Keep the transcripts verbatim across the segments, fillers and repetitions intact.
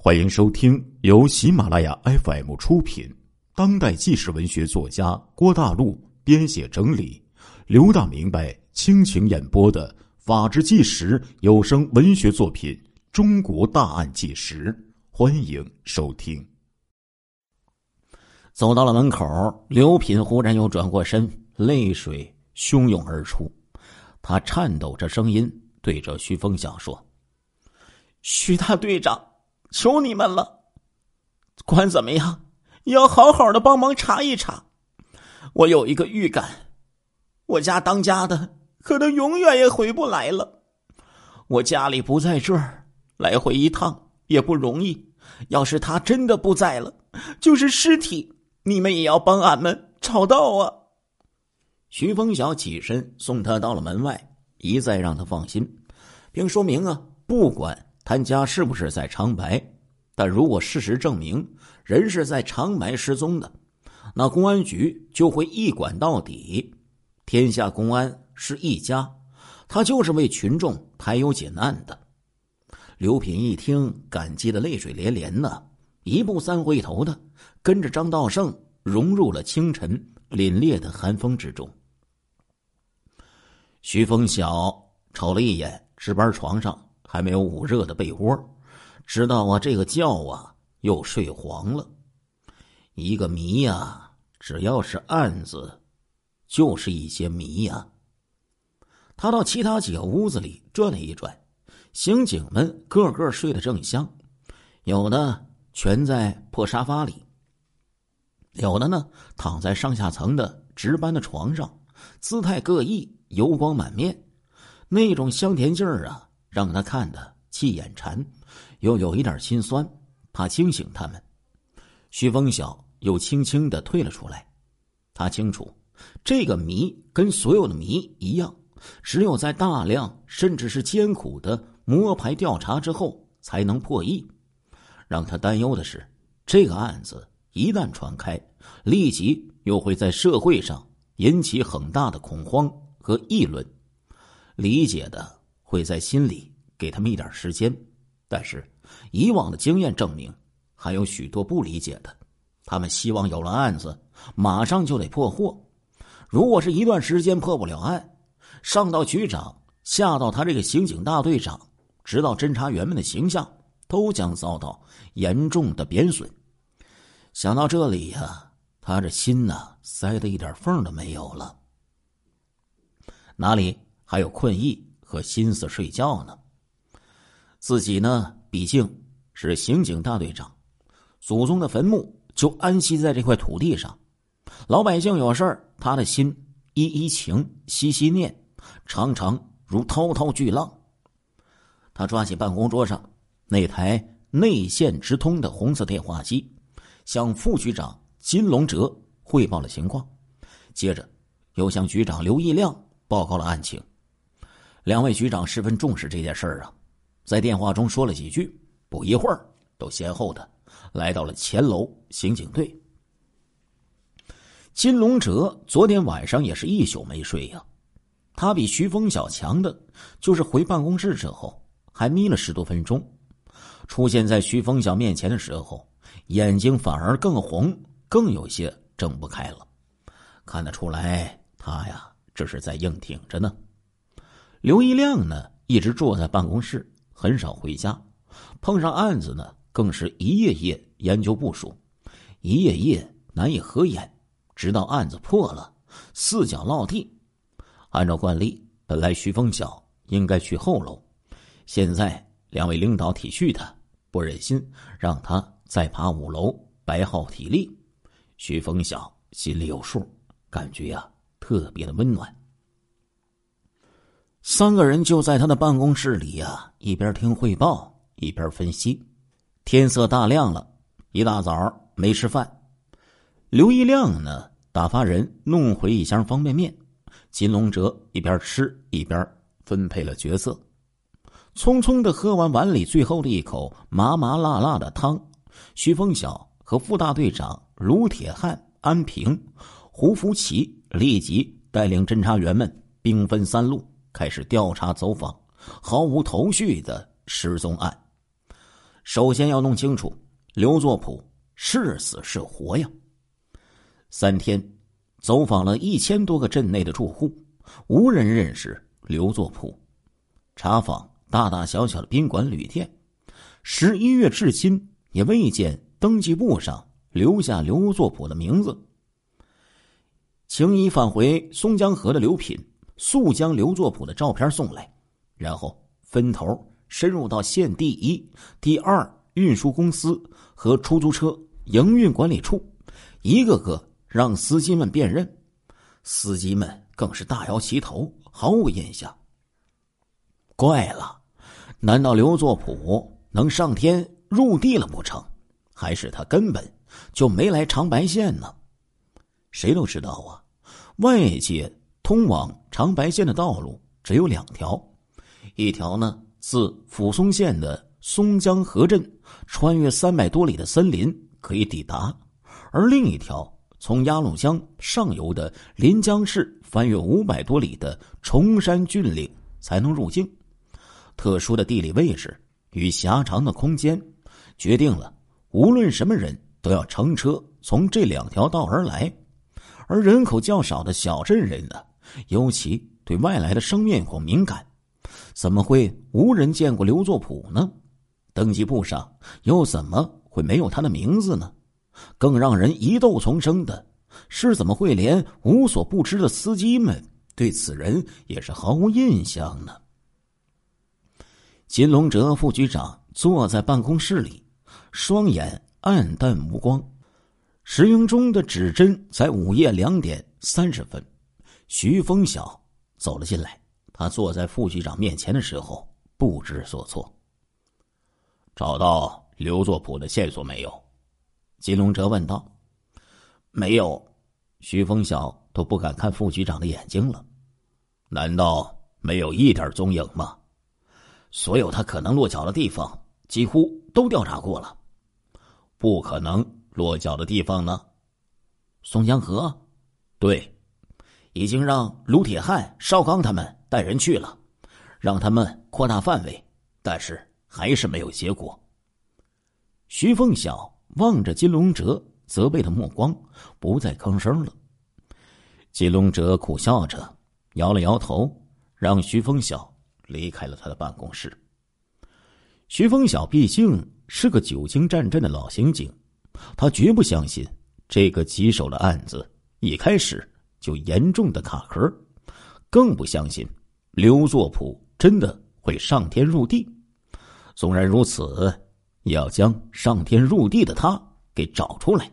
欢迎收听由喜马拉雅 F M 出品，当代纪实文学作家郭大陆编写整理，刘大明白倾情演播的法制纪实有声文学作品《中国大案纪实》，欢迎收听。 走到了门口，刘品忽然又转过身，泪水汹涌而出。他颤抖着声音对着徐峰晓说：徐大队长，求你们了，管怎么样也要好好的帮忙查一查。我有一个预感，我家当家的可能永远也回不来了。我家里不在这儿，来回一趟也不容易，要是他真的不在了，就是尸体，你们也要帮俺们找到啊。徐峰晓起身送他到了门外，一再让他放心，并说明啊，不管他家是不是在长白，但如果事实证明人是在长白失踪的，那公安局就会一管到底。天下公安是一家，他就是为群众排忧解难的。刘品一听，感激的泪水连连呢，一步三回头的跟着张道胜融入了清晨凛冽的寒风之中。徐峰晓瞅了一眼值班床上还没有捂热的被窝，知道啊，这个觉啊又睡黄了。一个谜呀，只要是案子，就是一些谜呀。他到其他几个屋子里转了一转，刑警们个个睡得正香，有的全在破沙发里，有的呢躺在上下层的值班的床上，姿态各异，油光满面，那种香甜劲儿啊，让他看得气眼馋，又有一点心酸，怕惊醒他们。徐峰晓又轻轻地退了出来，他清楚这个谜跟所有的谜一样，只有在大量甚至是艰苦的摸排调查之后才能破译。让他担忧的是，这个案子一旦传开，立即又会在社会上引起很大的恐慌和议论。理解的会在心里给他们一点时间，但是以往的经验证明，还有许多不理解的，他们希望有了案子马上就得破获。如果是一段时间破不了案，上到局长，下到他这个刑警大队长，直到侦查员们的形象都将遭到严重的贬损。想到这里呀、啊，他这心呐、啊、塞得一点缝都没有了，哪里还有困意和心思睡觉呢？自己呢，毕竟是刑警大队长，祖宗的坟墓就安息在这块土地上，老百姓有事儿，他的心依依情，息息念，常常如滔滔巨浪。他抓起办公桌上那台内线直通的红色电话机，向副局长金龙哲汇报了情况，接着又向局长刘义亮报告了案情。两位局长十分重视这件事儿啊，在电话中说了几句，不一会儿都先后的来到了前楼刑警队。金龙哲昨天晚上也是一宿没睡呀、啊，他比徐峰晓强的就是回办公室之后还眯了十多分钟，出现在徐峰晓面前的时候，眼睛反而更红，更有些睁不开了。看得出来，他呀这是在硬挺着呢。刘一亮呢，一直坐在办公室，很少回家，碰上案子呢，更是一夜夜研究部署，一夜夜难以合眼，直到案子破了，四脚落地。按照惯例，本来徐峰晓应该去后楼，现在两位领导体恤他，不忍心让他再爬五楼白耗体力。徐峰晓心里有数，感觉啊特别的温暖。三个人就在他的办公室里啊，一边听汇报一边分析。天色大亮了，一大早没吃饭，刘一亮呢打发人弄回一箱方便面，金龙哲一边吃一边分配了角色。匆匆的喝完碗里最后的一口麻麻辣辣的汤，徐峰晓和副大队长卢铁汉、安平、胡福奇立即带领侦查员们兵分三路，开始调查走访毫无头绪的失踪案。 首先要弄清楚刘作甫是死是活呀。三天走访了一千多个镇内的住户，无人认识刘作甫。查访大大小小的宾馆旅店，十一月至今也未见登记簿上留下刘作甫的名字。请已返回松江河的刘品速将刘作甫的照片送来，然后分头深入到县第一、第二运输公司和出租车营运管理处，一个个让司机们辨认。司机们更是大摇其头，毫无印象。怪了，难道刘作甫能上天入地了不成？还是他根本就没来长白县呢？谁都知道啊，外界通往长白县的道路只有两条，一条呢自抚松县的松江河镇穿越三百多里的森林可以抵达，而另一条从鸭绿江上游的临江市翻越五百多里的崇山峻岭才能入境。特殊的地理位置与狭长的空间决定了无论什么人都要乘车从这两条道而来，而人口较少的小镇人呢，尤其对外来的生面孔敏感，怎么会无人见过刘作甫呢？登记簿上又怎么会没有他的名字呢？更让人疑窦丛生的是，怎么会连无所不知的司机们对此人也是毫无印象呢？金龙哲副局长坐在办公室里，双眼暗淡无光。石英钟的指针在午夜两点三十分，徐峰晓走了进来。他坐在副局长面前的时候不知所措。找到刘作甫的线索没有？金龙哲问道。没有。徐峰晓都不敢看副局长的眼睛了。难道没有一点踪影吗？所有他可能落脚的地方几乎都调查过了。不可能落脚的地方呢？松江河？对，已经让卢铁汉、邵刚他们带人去了，让他们扩大范围，但是还是没有结果。徐凤晓望着金龙哲责备的目光，不再吭声了。金龙哲苦笑着摇了摇头，让徐凤晓离开了他的办公室。徐凤晓毕竟是个久经战阵的老刑警，他绝不相信这个棘手的案子一开始就严重的卡壳，更不相信刘作甫真的会上天入地。纵然如此，也要将上天入地的他给找出来。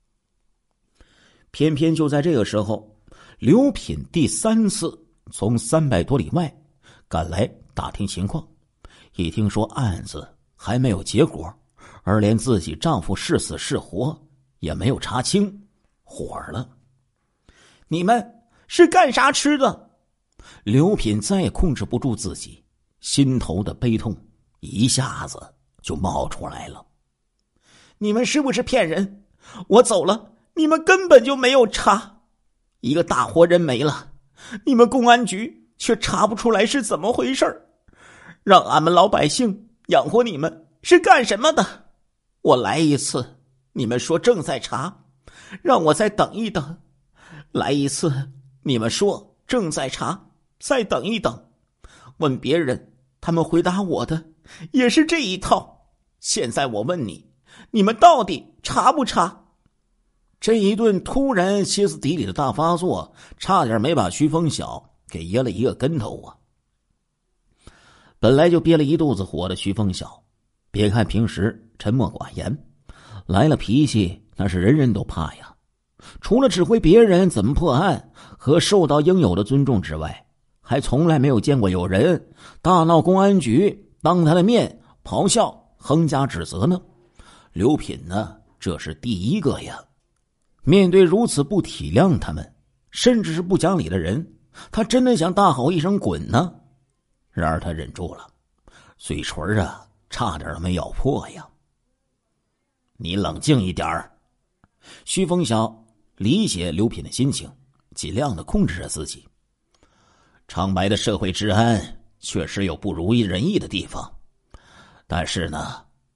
偏偏就在这个时候，刘品第三次从三百多里外赶来打听情况，一听说案子还没有结果，而连自己丈夫是死是活也没有查清，火了。你们是干啥吃的？刘品再也控制不住自己，心头的悲痛一下子就冒出来了。你们是不是骗人？我走了，你们根本就没有查，一个大活人没了，你们公安局却查不出来是怎么回事，让俺们老百姓养活你们是干什么的？我来一次，你们说正在查，让我再等一等；来一次，你们说正在查，再等一等。问别人，他们回答我的也是这一套。现在我问你，你们到底查不查？这一顿突然歇斯底里的大发作，差点没把徐峰晓给噎了一个跟头啊！本来就憋了一肚子火的徐峰晓，别看平时沉默寡言，来了脾气那是人人都怕呀。除了指挥别人怎么破案和受到应有的尊重之外，还从来没有见过有人大闹公安局，当他的面咆哮横加指责呢。刘品呢，这是第一个呀。面对如此不体谅他们，甚至是不讲理的人，他真的想大吼一声滚呢。然而他忍住了，嘴唇啊差点没咬破呀。你冷静一点儿。徐峰晓理解刘品的心情，尽量的控制着自己。长白的社会治安确实有不如人意的地方，但是呢，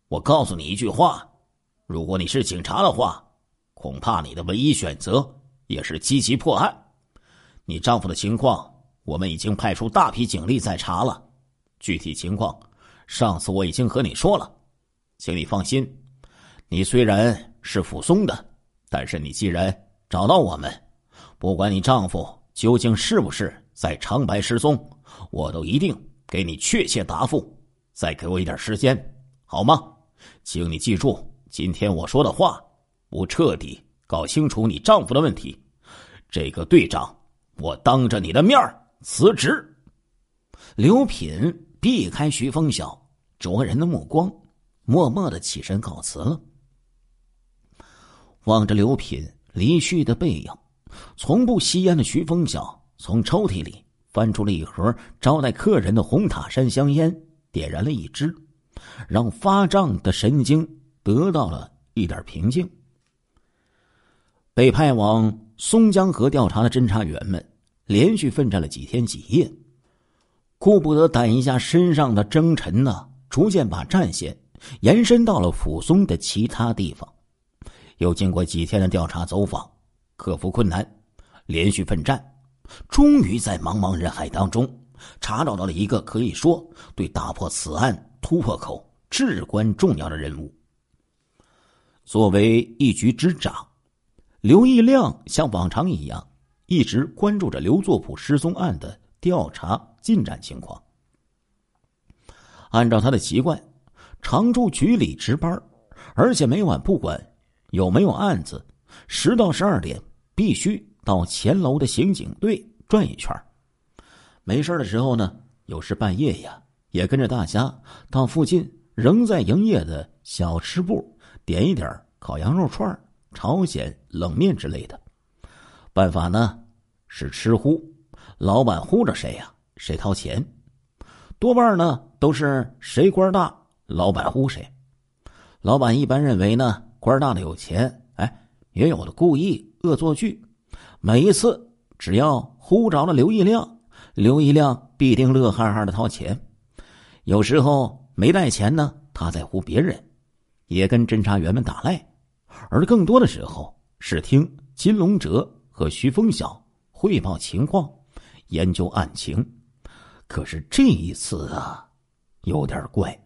我告诉你一句话，如果你是警察的话，恐怕你的唯一选择也是积极破案。你丈夫的情况，我们已经派出大批警力在查了，具体情况上次我已经和你说了，请你放心，你虽然是扶松的，但是你既然找到我们，不管你丈夫究竟是不是在长白失踪，我都一定给你确切答复。再给我一点时间，好吗？请你记住今天我说的话，不彻底搞清楚你丈夫的问题，这个队长我当着你的面辞职。刘品避开徐凤晓灼人的目光，默默地起身告辞了。望着刘品离去的背影，从不吸烟的徐凤晓从抽屉里翻出了一盒招待客人的红塔山香烟，点燃了一支，让发胀的神经得到了一点平静。被派往松江河调查的侦查员们连续奋战了几天几夜，顾不得掸一下身上的征尘呢，逐渐把战线延伸到了抚松的其他地方。又经过几天的调查走访，克服困难，连续奋战，终于在茫茫人海当中查找到了一个可以说对打破此案突破口至关重要的人物。作为一局之长，刘义亮像往常一样一直关注着刘作甫失踪案的调查进展情况。按照他的习惯，常驻局里值班，而且每晚不管有没有案子，十到十二点必须到前楼的刑警队转一圈。没事的时候呢，有时半夜呀，也跟着大家到附近仍在营业的小吃部点一点烤羊肉串、朝鲜冷面之类的。办法呢是吃呼，老板呼着谁呀，谁掏钱。多半呢都是谁官大，老板呼谁。老板一般认为呢，官大的有钱，哎，也有的故意恶作剧。每一次只要呼着了刘义亮，刘义亮必定乐哈哈的掏钱。有时候没带钱呢，他在呼别人，也跟侦查员们打赖。而更多的时候是听金龙哲和徐凤晓汇报情况，研究案情。可是这一次啊，有点怪。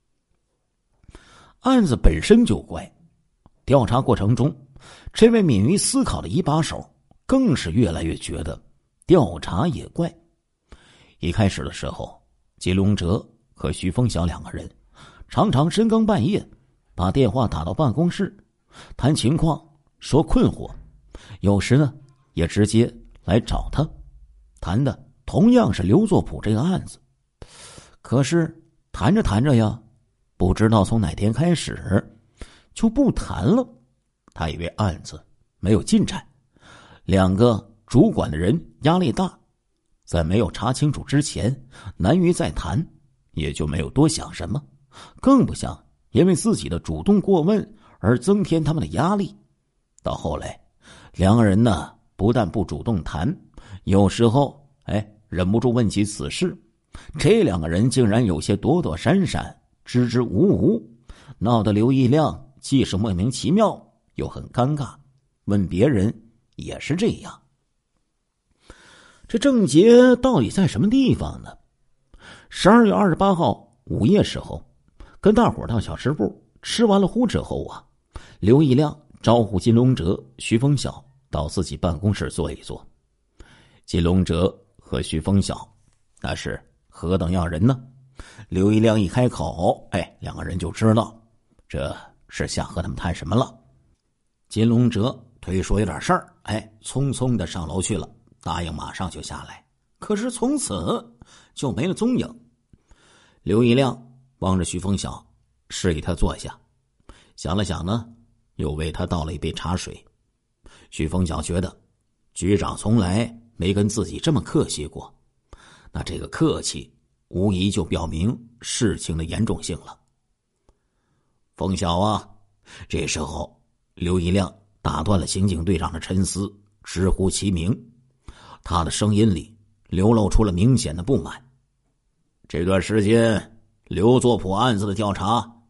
案子本身就怪，调查过程中，这位敏于思考的一把手更是越来越觉得调查也怪。一开始的时候，金龙哲和徐凤晓两个人常常深更半夜把电话打到办公室谈情况，说困惑，有时呢也直接来找他，谈的同样是刘作甫这个案子。可是谈着谈着呀，不知道从哪天开始就不谈了。他以为案子没有进展，两个主管的人压力大，在没有查清楚之前难于再谈，也就没有多想什么，更不想因为自己的主动过问而增添他们的压力。到后来，两个人呢不但不主动谈，有时候哎忍不住问起此事，这两个人竟然有些躲躲闪闪，支支吾吾，闹得刘义亮既是莫名其妙又很尴尬，问别人也是这样。这症结到底在什么地方呢？十二月二十八号午夜时候，跟大伙到小吃部吃完了呼之后啊，刘义亮招呼金龙哲、徐凤晓到自己办公室坐一坐。金龙哲和徐凤晓那是何等样人呢？刘义亮一开口，哎，两个人就知道这是想和他们谈什么了。金龙哲推说有点事儿，哎，匆匆的上楼去了，答应马上就下来。可是从此就没了踪影。刘义亮望着徐凤晓，示意他坐下，想了想呢，又为他倒了一杯茶水。徐凤晓觉得局长从来没跟自己这么客气过，那这个客气无疑就表明事情的严重性了。凤晓啊，这时候刘义亮打断了刑警队长的沉思，直呼其名。他的声音里流露出了明显的不满。这段时间刘作甫案子的调查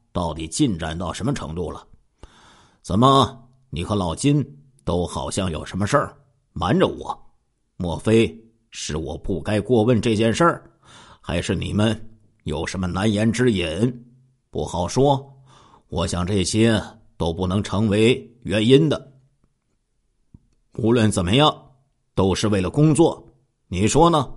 到底进展到什么程度了？怎么你和老金都好像有什么事儿瞒着我？莫非是我不该过问这件事儿，还是你们有什么难言之隐？不好说，我想这些都不能成为原因的。无论怎么样，都是为了工作，你说呢？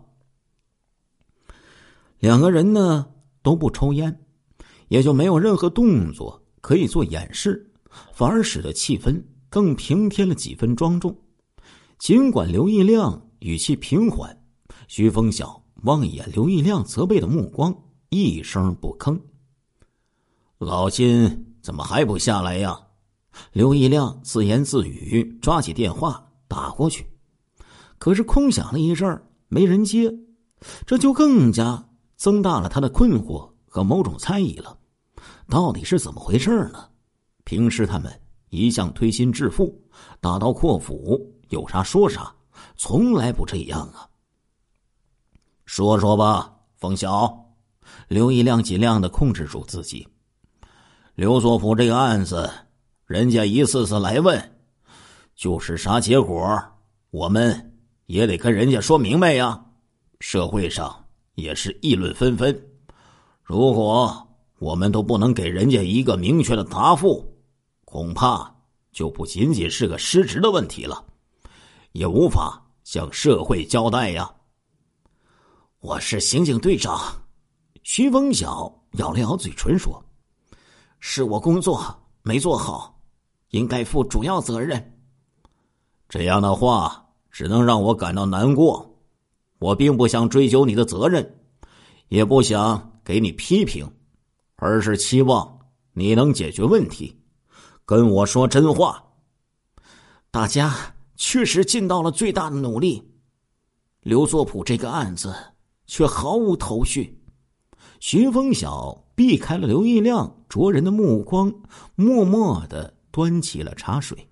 两个人呢都不抽烟，也就没有任何动作可以做掩饰，反而使得气氛更平添了几分庄重。尽管刘义亮语气平缓，徐峰晓望一眼刘义亮责备的目光，一声不吭。老金怎么还不下来呀？刘义亮自言自语，抓起电话打过去，可是空响了一阵儿没人接，这就更加增大了他的困惑和某种猜疑了。到底是怎么回事呢？平时他们一向推心置腹，大刀阔斧，有啥说啥，从来不这样啊。说说吧，冯晓。刘义亮尽量的控制住自己。刘作甫这个案子，人家一次次来问，就是啥结果，我们也得跟人家说明白呀。社会上也是议论纷纷，如果我们都不能给人家一个明确的答复，恐怕就不仅仅是个失职的问题了，也无法向社会交代呀。我是刑警队长。徐峰晓咬了咬嘴唇说，是我工作没做好，应该负主要责任。这样的话只能让我感到难过，我并不想追究你的责任，也不想给你批评，而是期望你能解决问题，跟我说真话。大家确实尽到了最大的努力，刘作甫这个案子却毫无头绪。徐峰晓避开了刘义亮灼人的目光，默默地端起了茶水。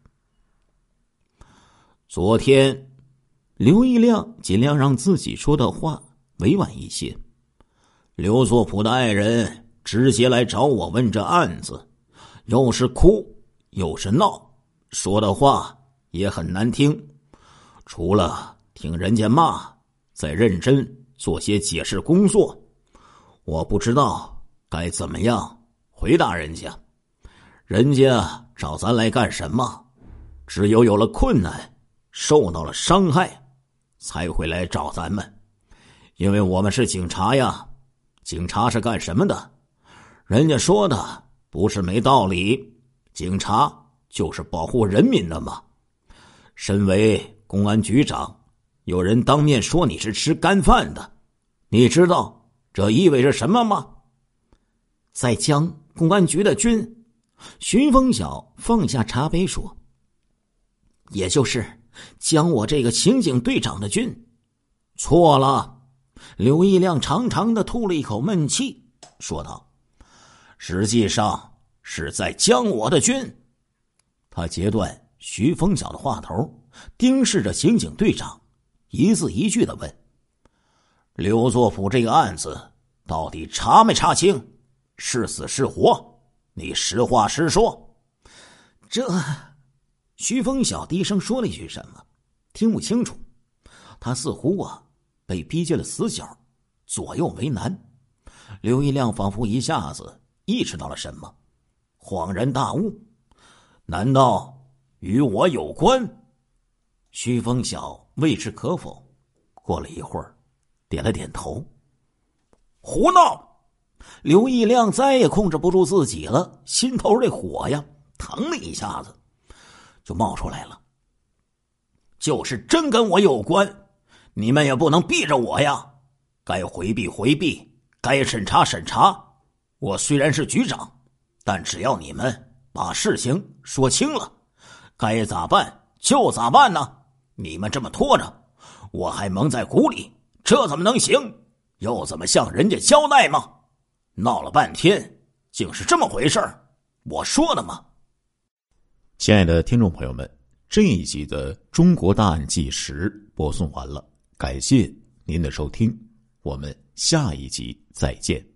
昨天刘义亮尽量让自己说的话委婉一些。刘作甫的爱人直接来找我问这案子，又是哭又是闹，说的话也很难听，除了听人家骂，再认真做些解释工作，我不知道该怎么样回答人家。人家找咱来干什么？只有有了困难，受到了伤害，才会来找咱们。因为我们是警察呀，警察是干什么的？人家说的不是没道理，警察就是保护人民的嘛。身为公安局长，有人当面说你是吃干饭的，你知道这意味着什么吗？在将公安局的军，徐峰晓放下茶杯说，也就是将我这个刑警队长的军。错了。刘义亮长长的吐了一口闷气，说道，实际上是在将我的军。他截断徐峰晓的话头，盯视着刑警队长，一字一句的问，刘作甫这个案子到底查没查清？是死是活？你实话实说。这徐峰晓低声说了一句什么，听不清楚。他似乎啊被逼进了死角，左右为难。刘义亮仿佛一下子意识到了什么，恍然大悟，难道与我有关？徐峰晓未知可否，过了一会儿点了点头。胡闹！刘义亮再也控制不住自己了，心头这火呀腾了一下子就冒出来了。就是真跟我有关，你们也不能避着我呀，该回避回避，该审查审查。我虽然是局长，但只要你们把事情说清了，该咋办就咋办呢。你们这么拖着，我还蒙在鼓里，这怎么能行？又怎么向人家交代吗？闹了半天竟是这么回事儿，我说的吗？ 亲爱的听众朋友们，这一集的中国大案纪实播送完了，感谢您的收听，我们下一集再见。